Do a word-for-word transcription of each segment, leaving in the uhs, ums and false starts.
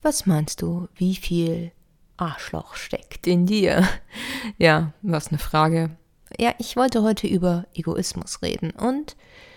Was meinst du, wie viel Arschloch steckt in dir? Ja, was eine Frage. Ja, ich wollte heute über Egoismus reden und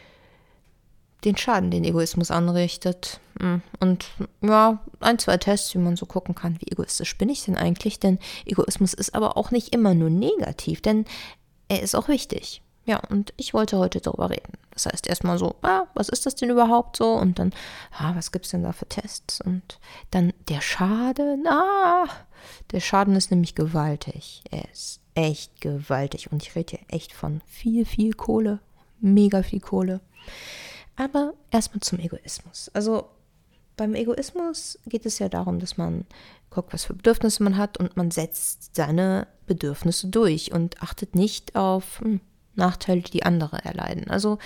den Schaden, den Egoismus anrichtet. Und ja, ein, zwei Tests, wie man so gucken kann, wie egoistisch bin ich denn eigentlich? Denn Egoismus ist aber auch nicht immer nur negativ, denn er ist auch wichtig. Ja, und ich wollte heute darüber reden. Das heißt erstmal so, ah, was ist das denn überhaupt so? Und dann, ah, was gibt's denn da für Tests? Und dann der Schaden, ah, der Schaden ist nämlich gewaltig. Er ist echt gewaltig. Und ich rede hier echt von viel, viel Kohle. Mega viel Kohle. Aber erstmal zum Egoismus. Also beim Egoismus geht es ja darum, dass man guckt, was für Bedürfnisse man hat und man setzt seine Bedürfnisse durch und achtet nicht auf hm, Nachteile, die andere erleiden. Also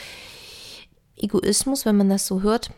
Egoismus, wenn man das so hört,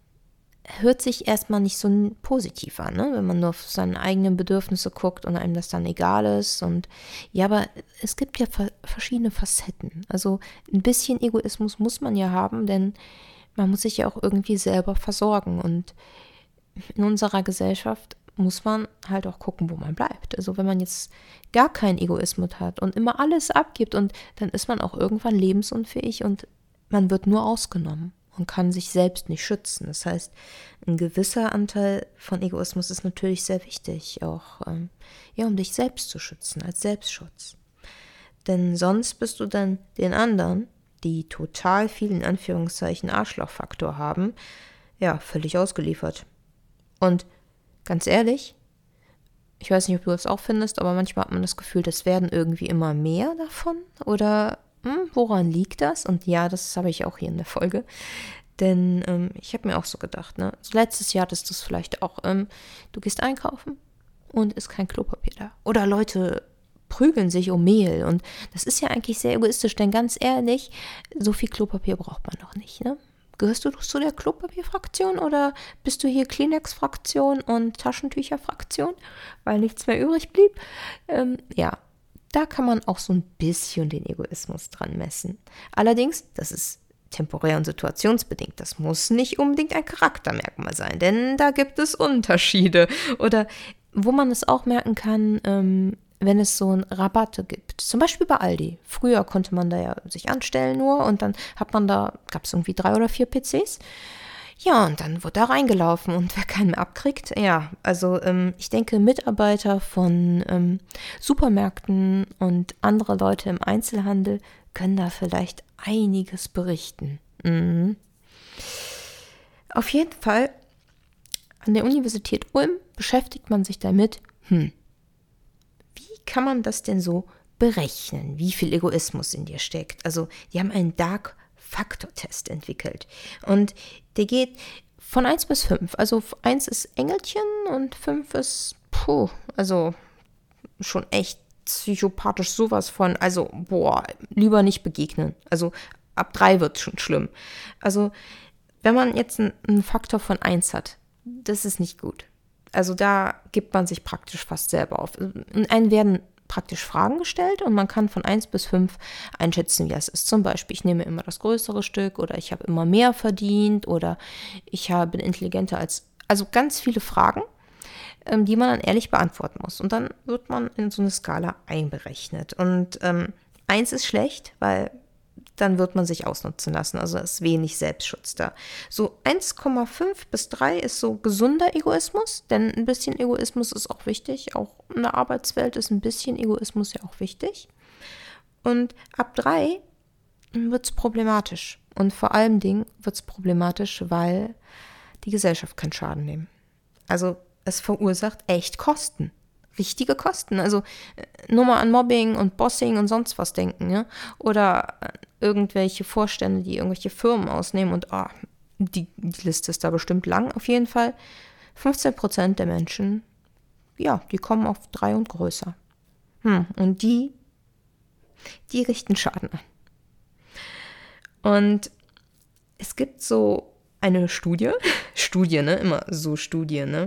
hört sich erstmal nicht so positiv an, ne? Wenn man nur auf seine eigenen Bedürfnisse guckt und einem das dann egal ist. Und ja, aber es gibt ja verschiedene Facetten. Also ein bisschen Egoismus muss man ja haben, denn man muss sich ja auch irgendwie selber versorgen. Und in unserer Gesellschaft muss man halt auch gucken, wo man bleibt. Also wenn man jetzt gar keinen Egoismus hat und immer alles abgibt, und dann ist man auch irgendwann lebensunfähig und man wird nur ausgenommen und kann sich selbst nicht schützen. Das heißt, ein gewisser Anteil von Egoismus ist natürlich sehr wichtig, auch ähm, ja, um dich selbst zu schützen, als Selbstschutz. Denn sonst bist du dann den anderen, die total viel in Anführungszeichen Arschlochfaktor haben, ja, völlig ausgeliefert. Und ganz ehrlich, ich weiß nicht, ob du das auch findest, aber manchmal hat man das Gefühl, das werden irgendwie immer mehr davon. Oder hm, woran liegt das? Und ja, das habe ich auch hier in der Folge. Denn ähm, ich habe mir auch so gedacht, ne? So letztes Jahr hattest du es vielleicht auch. Ähm, du gehst einkaufen und ist kein Klopapier da. Oder Leute prügeln sich um Mehl. Und das ist ja eigentlich sehr egoistisch, denn ganz ehrlich, so viel Klopapier braucht man doch nicht, ne? Gehörst du zu der Klopapierfraktion oder bist du hier Kleenex-Fraktion und Taschentücher-Fraktion, weil nichts mehr übrig blieb? Ähm, ja, da kann man auch so ein bisschen den Egoismus dran messen. Allerdings, das ist temporär und situationsbedingt. Das muss nicht unbedingt ein Charaktermerkmal sein, denn da gibt es Unterschiede. Oder wo man es auch merken kann, ähm, wenn es so Rabatte gibt. Zum Beispiel bei Aldi. Früher konnte man da ja sich anstellen nur und dann hat man da, gab es irgendwie drei oder vier P Cs. Ja, und dann wird da reingelaufen und wer keinen mehr abkriegt, ja, also ähm, ich denke, Mitarbeiter von ähm, Supermärkten und andere Leute im Einzelhandel können da vielleicht einiges berichten. Mhm. Auf jeden Fall, an der Universität Ulm beschäftigt man sich damit, hm, wie kann man das denn so berechnen, wie viel Egoismus in dir steckt? Also, die haben einen Dark-Faktor-Test entwickelt. Und der geht von eins bis fünf. Also eins ist Engelchen und fünf ist, puh, also schon echt psychopathisch sowas von, also, boah, lieber nicht begegnen. Also ab drei wird es schon schlimm. Also, wenn man jetzt einen, einen Faktor von eins hat, das ist nicht gut. Also da gibt man sich praktisch fast selber auf. In einen werden praktisch Fragen gestellt und man kann von eins bis fünf einschätzen, wie es ist. Zum Beispiel, ich nehme immer das größere Stück oder ich habe immer mehr verdient oder ich bin intelligenter als... Also ganz viele Fragen, die man dann ehrlich beantworten muss. Und dann wird man in so eine Skala einberechnet. Und ähm, eins ist schlecht, weil dann wird man sich ausnutzen lassen. Also ist wenig Selbstschutz da. So eins Komma fünf bis drei ist so gesunder Egoismus, denn ein bisschen Egoismus ist auch wichtig. Auch in der Arbeitswelt ist ein bisschen Egoismus ja auch wichtig. Und ab drei wird es problematisch. Und vor allem Dingen wird es problematisch, weil die Gesellschaft keinen Schaden nimmt. Also es verursacht echt Kosten. Richtige Kosten. Also nur mal an Mobbing und Bossing und sonst was denken. Ja? Oder irgendwelche Vorstände, die irgendwelche Firmen ausnehmen und oh, die, die Liste ist da bestimmt lang. Auf jeden Fall fünfzehn Prozent der Menschen, ja, die kommen auf drei und größer. Hm, und die, die richten Schaden an. Und es gibt so eine Studie, Studie, ne, immer so Studie, ne,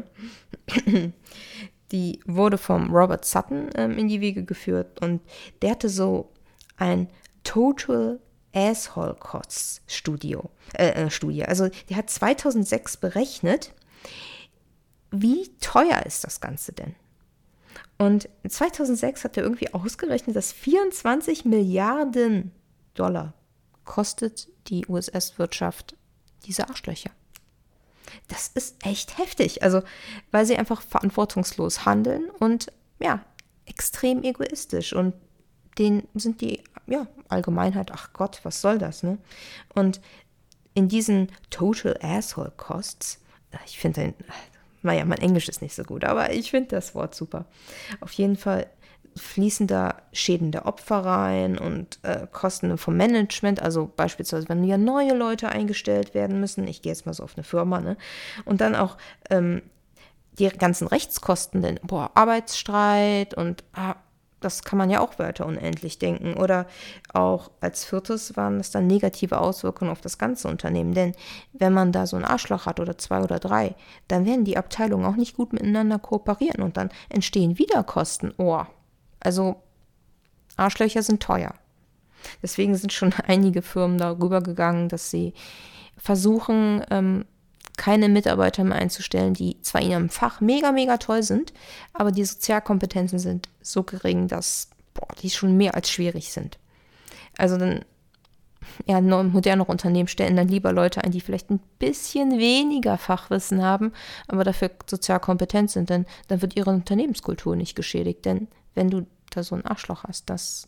die wurde vom Robert Sutton ähm, in die Wege geführt und der hatte so ein Total Asshole Costs Studio, äh, Studie. Also der hat zweitausendsechs berechnet, wie teuer ist das Ganze denn? Und zweitausendsechs hat er irgendwie ausgerechnet, dass vierundzwanzig Milliarden Dollar kostet die U S S-Wirtschaft diese Arschlöcher. Das ist echt heftig, also weil sie einfach verantwortungslos handeln und ja, extrem egoistisch und denen sind die ja, Allgemeinheit, ach Gott, was soll das, ne? Und in diesen Total Asshole Costs, ich finde, naja, mein Englisch ist nicht so gut, aber ich finde das Wort super. Auf jeden Fall fließen da Schäden der Opfer rein und äh, Kosten vom Management, also beispielsweise, wenn ja neue Leute eingestellt werden müssen, ich gehe jetzt mal so auf eine Firma, ne? Und dann auch ähm, die ganzen Rechtskosten, denn boah, Arbeitsstreit und ah, das kann man ja auch weiter unendlich denken. Oder auch als viertes waren das dann negative Auswirkungen auf das ganze Unternehmen. Denn wenn man da so ein Arschloch hat oder zwei oder drei, dann werden die Abteilungen auch nicht gut miteinander kooperieren und dann entstehen wieder Kosten. Oh, also Arschlöcher sind teuer. Deswegen sind schon einige Firmen darüber gegangen, dass sie versuchen, ähm, keine Mitarbeiter mehr einzustellen, die zwar in ihrem Fach mega, mega toll sind, aber die Sozialkompetenzen sind so gering, dass boah, die schon mehr als schwierig sind. Also dann, ja, modernere Unternehmen stellen dann lieber Leute ein, die vielleicht ein bisschen weniger Fachwissen haben, aber dafür sozial kompetent sind, denn dann wird ihre Unternehmenskultur nicht geschädigt. Denn wenn du da so ein Arschloch hast, das,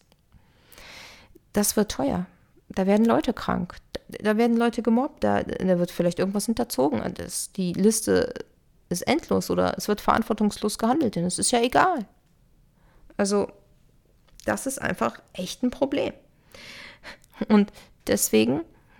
das wird teuer. Da werden Leute krank, da werden Leute gemobbt, da, da wird vielleicht irgendwas hinterzogen. Das, die Liste ist endlos oder es wird verantwortungslos gehandelt, denn es ist ja egal. Also das ist einfach echt ein Problem. Und deswegen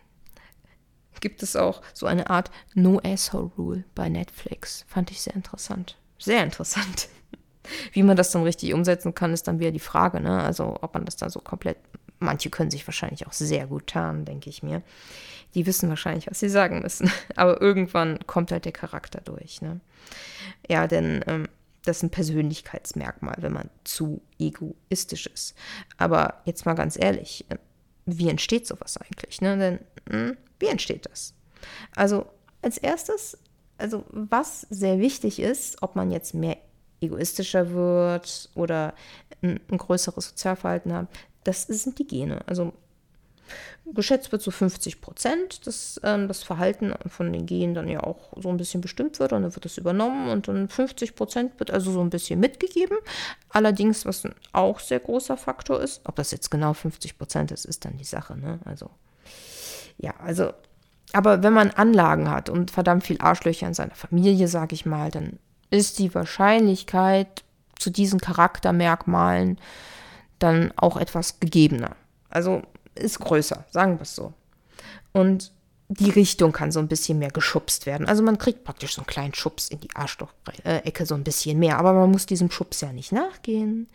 gibt es auch so eine Art No-Asshole-Rule bei Netflix. Fand ich sehr interessant. Sehr interessant. Wie man das dann richtig umsetzen kann, ist dann wieder die Frage, ne? Also ob man das dann so komplett... Manche können sich wahrscheinlich auch sehr gut tarnen, denke ich mir. Die wissen wahrscheinlich, was sie sagen müssen. Aber irgendwann kommt halt der Charakter durch. Ne? Ja, denn ähm, das ist ein Persönlichkeitsmerkmal, wenn man zu egoistisch ist. Aber jetzt mal ganz ehrlich, äh, wie entsteht sowas eigentlich? Ne? Denn mh, wie entsteht das? Also als erstes, also was sehr wichtig ist, ob man jetzt mehr egoistischer wird oder ein, ein größeres Sozialverhalten hat, das sind die Gene. Also geschätzt wird so fünfzig Prozent, dass ähm, das Verhalten von den Genen dann ja auch so ein bisschen bestimmt wird und dann wird das übernommen und dann fünfzig Prozent wird also so ein bisschen mitgegeben. Allerdings, was ein auch sehr großer Faktor ist, ob das jetzt genau fünfzig Prozent ist, ist dann die Sache, ne? Also, ja, also, aber wenn man Anlagen hat und verdammt viel Arschlöcher in seiner Familie, sage ich mal, dann ist die Wahrscheinlichkeit zu diesen Charaktermerkmalen dann auch etwas gegebener. Also ist größer, sagen wir es so. Und die Richtung kann so ein bisschen mehr geschubst werden. Also man kriegt praktisch so einen kleinen Schubs in die Arschloch-Ecke so ein bisschen mehr. Aber man muss diesem Schubs ja nicht nachgehen.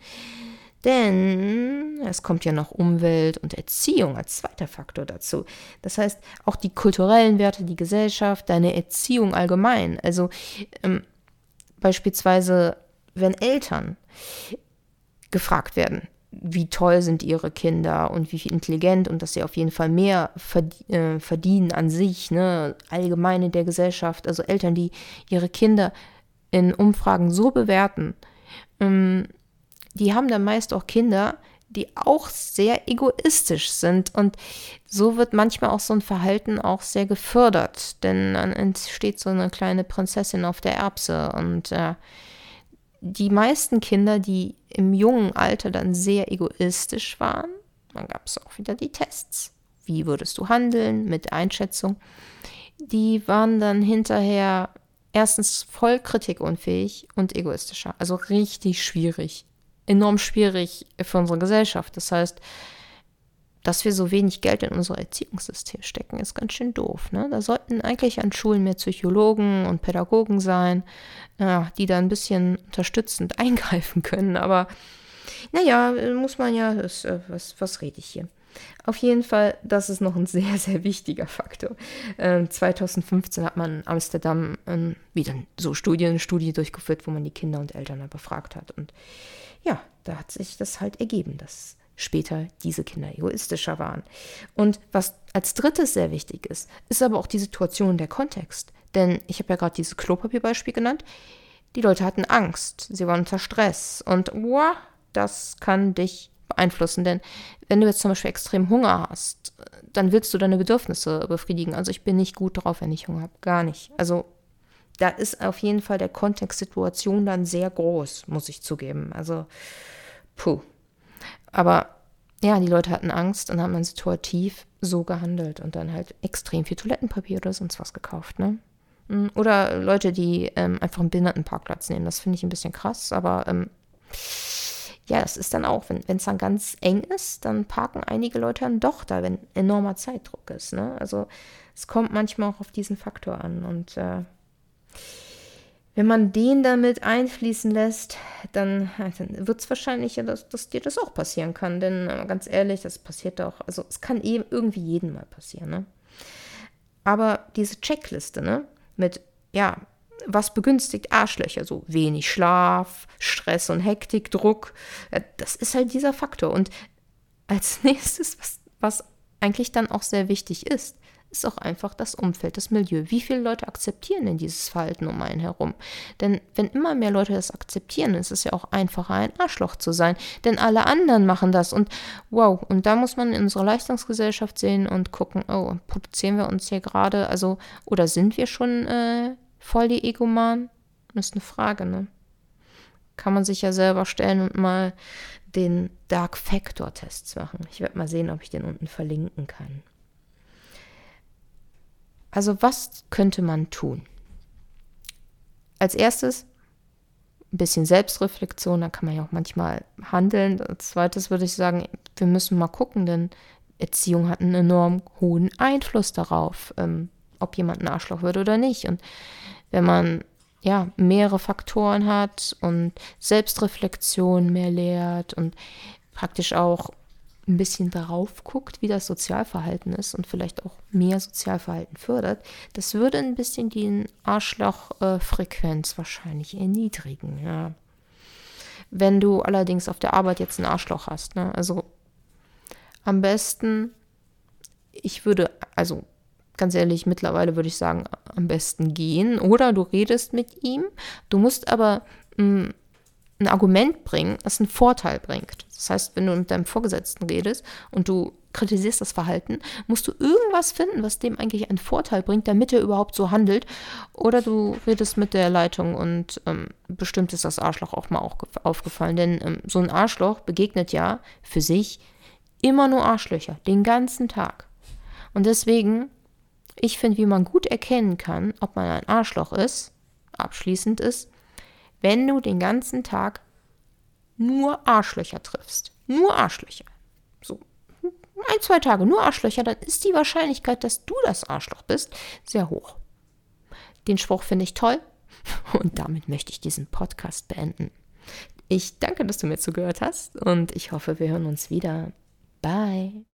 Denn es kommt ja noch Umwelt und Erziehung als zweiter Faktor dazu. Das heißt, auch die kulturellen Werte, die Gesellschaft, deine Erziehung allgemein. Also ähm, beispielsweise, wenn Eltern gefragt werden, wie toll sind ihre Kinder und wie viel intelligent und dass sie auf jeden Fall mehr verdienen an sich, ne, allgemein in der Gesellschaft. Also Eltern, die ihre Kinder in Umfragen so bewerten, ähm, die haben dann meist auch Kinder, die auch sehr egoistisch sind und so wird manchmal auch so ein Verhalten auch sehr gefördert, denn dann entsteht so eine kleine Prinzessin auf der Erbse und äh, die meisten Kinder, die im jungen Alter dann sehr egoistisch waren, dann gab es auch wieder die Tests. Wie würdest du handeln mit Einschätzung? Die waren dann hinterher erstens voll kritikunfähig und egoistischer. Also richtig schwierig. Enorm schwierig für unsere Gesellschaft. Das heißt, dass wir so wenig Geld in unser Erziehungssystem stecken, ist ganz schön doof. Ne? Da sollten eigentlich an Schulen mehr Psychologen und Pädagogen sein, ja, die da ein bisschen unterstützend eingreifen können. Aber naja, muss man ja, das, was, was rede ich hier? Auf jeden Fall, das ist noch ein sehr, sehr wichtiger Faktor. Ähm, zweitausendfünfzehn hat man in Amsterdam ähm, wieder so Studien, eine Studie durchgeführt, wo man die Kinder und Eltern befragt hat. Und ja, da hat sich das halt ergeben, dass später diese Kinder egoistischer waren. Und was als drittes sehr wichtig ist, ist aber auch die Situation, der Kontext. Denn ich habe ja gerade dieses Klopapierbeispiel genannt. Die Leute hatten Angst, sie waren unter Stress und wow, das kann dich beeinflussen, denn wenn du jetzt zum Beispiel extrem Hunger hast, dann willst du deine Bedürfnisse befriedigen. Also ich bin nicht gut drauf, wenn ich Hunger habe, gar nicht. Also da ist auf jeden Fall der Kontextsituation dann sehr groß, muss ich zugeben. Also puh. Aber ja, die Leute hatten Angst und haben dann situativ so gehandelt und dann halt extrem viel Toilettenpapier oder sonst was gekauft, ne? Oder Leute, die ähm, einfach einen Behindertenparkplatz nehmen. Das finde ich ein bisschen krass, aber ähm, ja, das ist dann auch, wenn es dann ganz eng ist, dann parken einige Leute dann doch da, wenn enormer Zeitdruck ist, ne? Also es kommt manchmal auch auf diesen Faktor an und äh, wenn man den damit einfließen lässt, dann, dann wird es wahrscheinlich ja, dass, dass dir das auch passieren kann. Denn äh, ganz ehrlich, das passiert doch, also es kann eben irgendwie jedem mal passieren, ne? Aber diese Checkliste, ne, mit, ja, was begünstigt Arschlöcher, so wenig Schlaf, Stress und Hektik, Druck, ja, das ist halt dieser Faktor. Und als nächstes, was, was eigentlich dann auch sehr wichtig ist, ist auch einfach das Umfeld, das Milieu. Wie viele Leute akzeptieren denn dieses Verhalten um einen herum? Denn wenn immer mehr Leute das akzeptieren, ist es ja auch einfacher, ein Arschloch zu sein. Denn alle anderen machen das. Und wow, und da muss man in unserer Leistungsgesellschaft sehen und gucken, oh, produzieren wir uns hier gerade, also, oder sind wir schon äh, voll die Egomanen? Das ist eine Frage, ne? Kann man sich ja selber stellen und mal den Dark Factor Test machen. Ich werde mal sehen, ob ich den unten verlinken kann. Also was könnte man tun? Als erstes ein bisschen Selbstreflexion, da kann man ja auch manchmal handeln. Als zweites würde ich sagen, wir müssen mal gucken, denn Erziehung hat einen enorm hohen Einfluss darauf, ähm, ob jemand ein Arschloch wird oder nicht. Und wenn man ja mehrere Faktoren hat und Selbstreflexion mehr lehrt und praktisch auch ein bisschen darauf guckt, wie das Sozialverhalten ist und vielleicht auch mehr Sozialverhalten fördert, das würde ein bisschen die Arschloch-Frequenz wahrscheinlich erniedrigen. Ja. Wenn du allerdings auf der Arbeit jetzt ein Arschloch hast, ne, also am besten, ich würde, also ganz ehrlich, mittlerweile würde ich sagen, am besten gehen oder du redest mit ihm, du musst aber mh, ein Argument bringen, das einen Vorteil bringt. Das heißt, wenn du mit deinem Vorgesetzten redest und du kritisierst das Verhalten, musst du irgendwas finden, was dem eigentlich einen Vorteil bringt, damit er überhaupt so handelt. Oder du redest mit der Leitung und ähm, bestimmt ist das Arschloch auch mal auch aufgefallen. Denn ähm, so ein Arschloch begegnet ja für sich immer nur Arschlöcher, den ganzen Tag. Und deswegen, ich finde, wie man gut erkennen kann, ob man ein Arschloch ist, abschließend ist, wenn du den ganzen Tag nur Arschlöcher triffst. Nur Arschlöcher. So ein, zwei Tage nur Arschlöcher, dann ist die Wahrscheinlichkeit, dass du das Arschloch bist, sehr hoch. Den Spruch finde ich toll und damit möchte ich diesen Podcast beenden. Ich danke, dass du mir zugehört hast und ich hoffe, wir hören uns wieder. Bye.